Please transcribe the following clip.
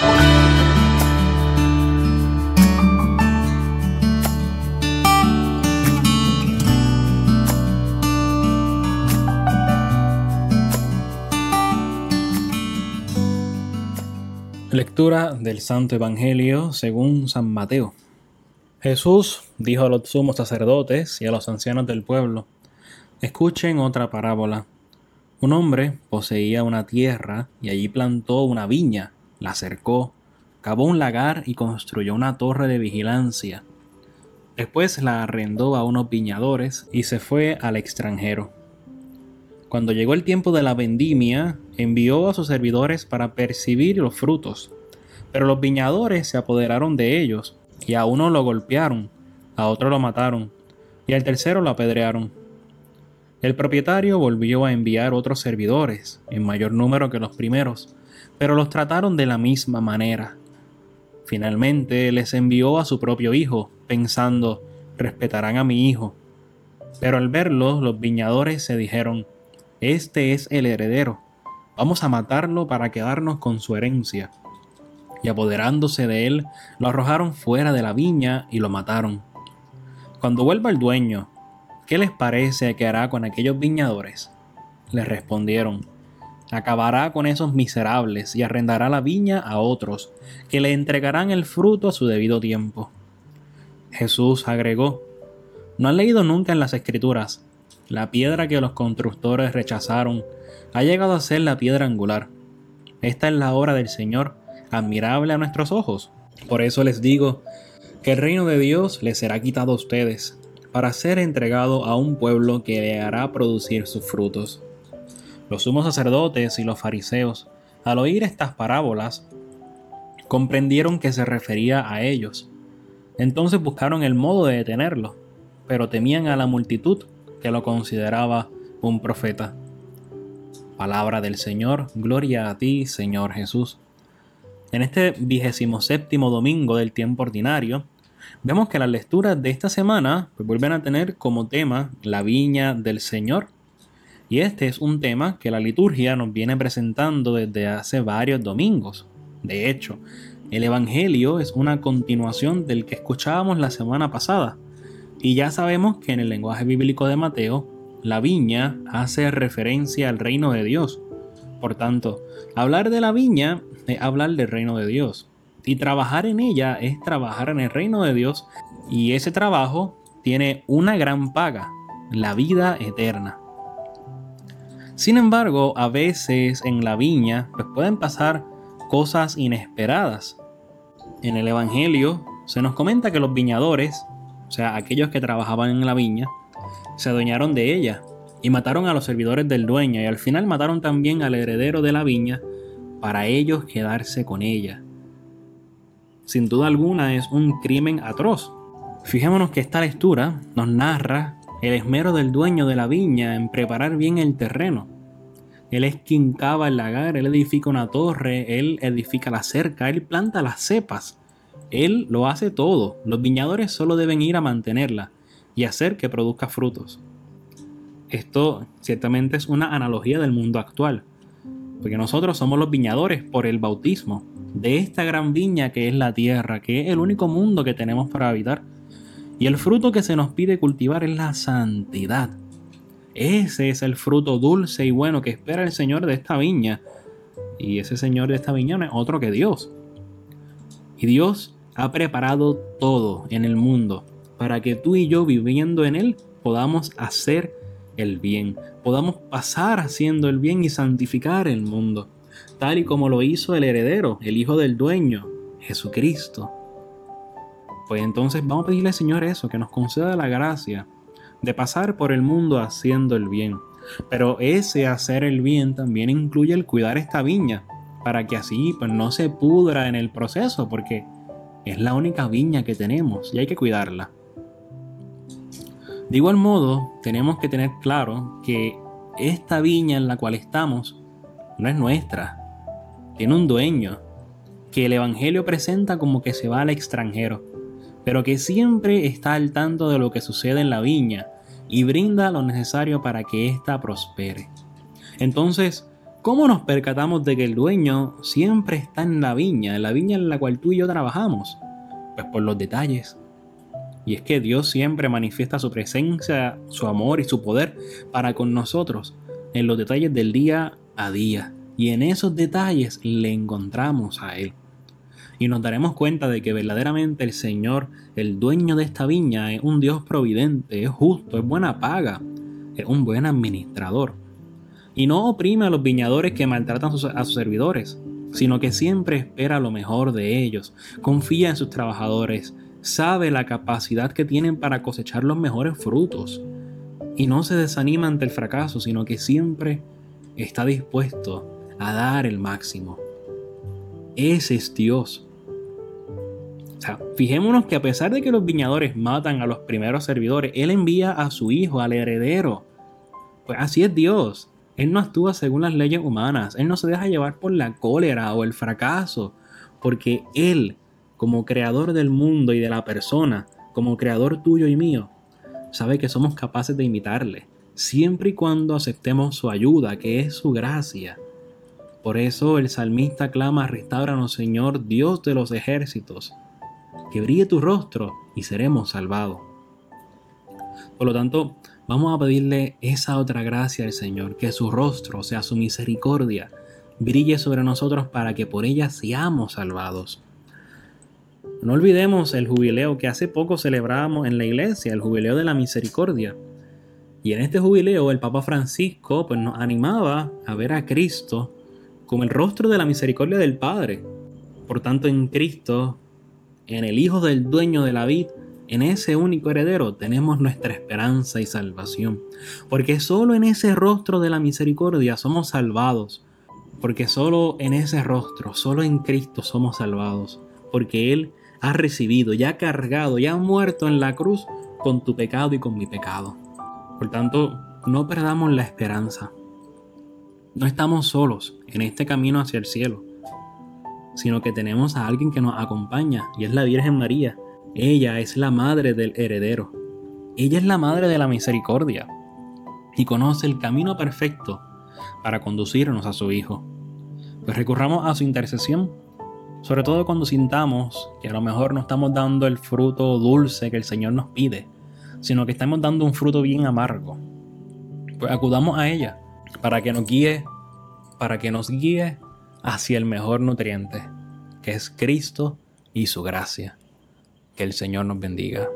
Lectura del Santo Evangelio según San Mateo. Jesús dijo a los sumos sacerdotes y a los ancianos del pueblo: escuchen otra parábola. Un hombre poseía una tierra y allí plantó una viña, la cercó, cavó un lagar y construyó una torre de vigilancia. Después la arrendó a unos viñadores y se fue al extranjero. Cuando llegó el tiempo de la vendimia, envió a sus servidores para percibir los frutos. Pero los viñadores se apoderaron de ellos, y a uno lo golpearon, a otro lo mataron, y al tercero lo apedrearon. El propietario volvió a enviar otros servidores, en mayor número que los primeros, pero los trataron de la misma manera. Finalmente les envió a su propio hijo, pensando: respetarán a mi hijo. Pero al verlo, los viñadores se dijeron: este es el heredero, vamos a matarlo para quedarnos con su herencia. Y apoderándose de él, lo arrojaron fuera de la viña y lo mataron. Cuando vuelva el dueño, ¿qué les parece que hará con aquellos viñadores? Les respondieron: acabará con esos miserables y arrendará la viña a otros, que le entregarán el fruto a su debido tiempo. Jesús agregó: ¿no han leído nunca en las Escrituras? La piedra que los constructores rechazaron ha llegado a ser la piedra angular. Esta es la obra del Señor, admirable a nuestros ojos. Por eso les digo que el reino de Dios les será quitado a ustedes, para ser entregado a un pueblo que le hará producir sus frutos. Los sumos sacerdotes y los fariseos, al oír estas parábolas, comprendieron que se refería a ellos. Entonces buscaron el modo de detenerlo, pero temían a la multitud, que lo consideraba un profeta. Palabra del Señor, gloria a ti, Señor Jesús. En este 27º domingo del tiempo ordinario, vemos que las lecturas de esta semana vuelven a tener como tema la viña del Señor. Y este es un tema que la liturgia nos viene presentando desde hace varios domingos. De hecho, el Evangelio es una continuación del que escuchábamos la semana pasada. Y ya sabemos que en el lenguaje bíblico de Mateo, la viña hace referencia al reino de Dios. Por tanto, hablar de la viña es hablar del reino de Dios. Y trabajar en ella es trabajar en el reino de Dios. Y ese trabajo tiene una gran paga: la vida eterna. Sin embargo, a veces en la viña pueden pasar cosas inesperadas. En el Evangelio se nos comenta que los viñadores, o sea, aquellos que trabajaban en la viña, se adueñaron de ella y mataron a los servidores del dueño, y al final mataron también al heredero de la viña para ellos quedarse con ella. Sin duda alguna es un crimen atroz. Fijémonos que esta lectura nos narra el esmero del dueño de la viña en preparar bien el terreno. Él es quien cava el lagar, él edifica una torre, él edifica la cerca, él planta las cepas. Él lo hace todo. Los viñadores solo deben ir a mantenerla y hacer que produzca frutos. Esto ciertamente es una analogía del mundo actual, porque nosotros somos los viñadores por el bautismo de esta gran viña que es la tierra, que es el único mundo que tenemos para habitar. Y el fruto que se nos pide cultivar es la santidad. Ese es el fruto dulce y bueno que espera el Señor de esta viña. Y ese Señor de esta viña no es otro que Dios. Y Dios ha preparado todo en el mundo para que tú y yo, viviendo en Él, podamos hacer el bien, podamos pasar haciendo el bien y santificar el mundo, tal y como lo hizo el heredero, el hijo del dueño, Jesucristo. Pues entonces vamos a pedirle al Señor eso, que nos conceda la gracia de pasar por el mundo haciendo el bien. Pero ese hacer el bien también incluye el cuidar esta viña, para que así no se pudra en el proceso, porque es la única viña que tenemos y hay que cuidarla. De igual modo, tenemos que tener claro que esta viña en la cual estamos no es nuestra, tiene un dueño, que el Evangelio presenta como que se va al extranjero, pero que siempre está al tanto de lo que sucede en la viña y brinda lo necesario para que ésta prospere. Entonces, ¿Cómo nos percatamos de que el dueño siempre está en la viña en la cual tú y yo trabajamos? Pues por los detalles. Y es que Dios siempre manifiesta su presencia, su amor y su poder para con nosotros en los detalles del día a día. Y en esos detalles le encontramos a Él. Y nos daremos cuenta de que verdaderamente el Señor, el dueño de esta viña, es un Dios providente, es justo, es buena paga, es un buen administrador. Y no oprime a los viñadores que maltratan a sus servidores, sino que siempre espera lo mejor de ellos, confía en sus trabajadores, sabe la capacidad que tienen para cosechar los mejores frutos y no se desanima ante el fracaso, sino que siempre está dispuesto a dar el máximo. Ese es Dios. O sea, fijémonos que a pesar de que los viñadores matan a los primeros servidores, Él envía a su hijo, al heredero. Pues así es Dios. Él no actúa según las leyes humanas. Él no se deja llevar por la cólera o el fracaso, porque Él, como creador del mundo y de la persona, como creador tuyo y mío, sabe que somos capaces de imitarle, siempre y cuando aceptemos su ayuda, que es su gracia. Por eso el salmista clama: restáuranos, Señor, Dios de los ejércitos, que brille tu rostro y seremos salvados. Por lo tanto, vamos a pedirle esa otra gracia al Señor, que su rostro, o sea, su misericordia, brille sobre nosotros para que por ella seamos salvados. No olvidemos el jubileo que hace poco celebramos en la iglesia, el jubileo de la misericordia. Y en este jubileo el Papa Francisco pues, nos animaba a ver a Cristo como el rostro de la misericordia del Padre. Por tanto, en Cristo, en el Hijo del dueño de la vid, en ese único heredero tenemos nuestra esperanza y salvación. Porque solo en ese rostro de la misericordia somos salvados. Porque solo en ese rostro, solo en Cristo somos salvados. Porque Él ha recibido, ya ha cargado, ya ha muerto en la cruz con tu pecado y con mi pecado. Por tanto, no perdamos la esperanza. No estamos solos en este camino hacia el cielo, sino que tenemos a alguien que nos acompaña, y es la Virgen María. Ella es la madre del heredero. Ella es la madre de la misericordia y conoce el camino perfecto para conducirnos a su Hijo. Pues recurramos a su intercesión, sobre todo cuando sintamos que a lo mejor no estamos dando el fruto dulce que el Señor nos pide, sino que estamos dando un fruto bien amargo. Pues acudamos a ella para que nos guíe hacia el mejor nutriente, que es Cristo y su gracia. Que el Señor nos bendiga.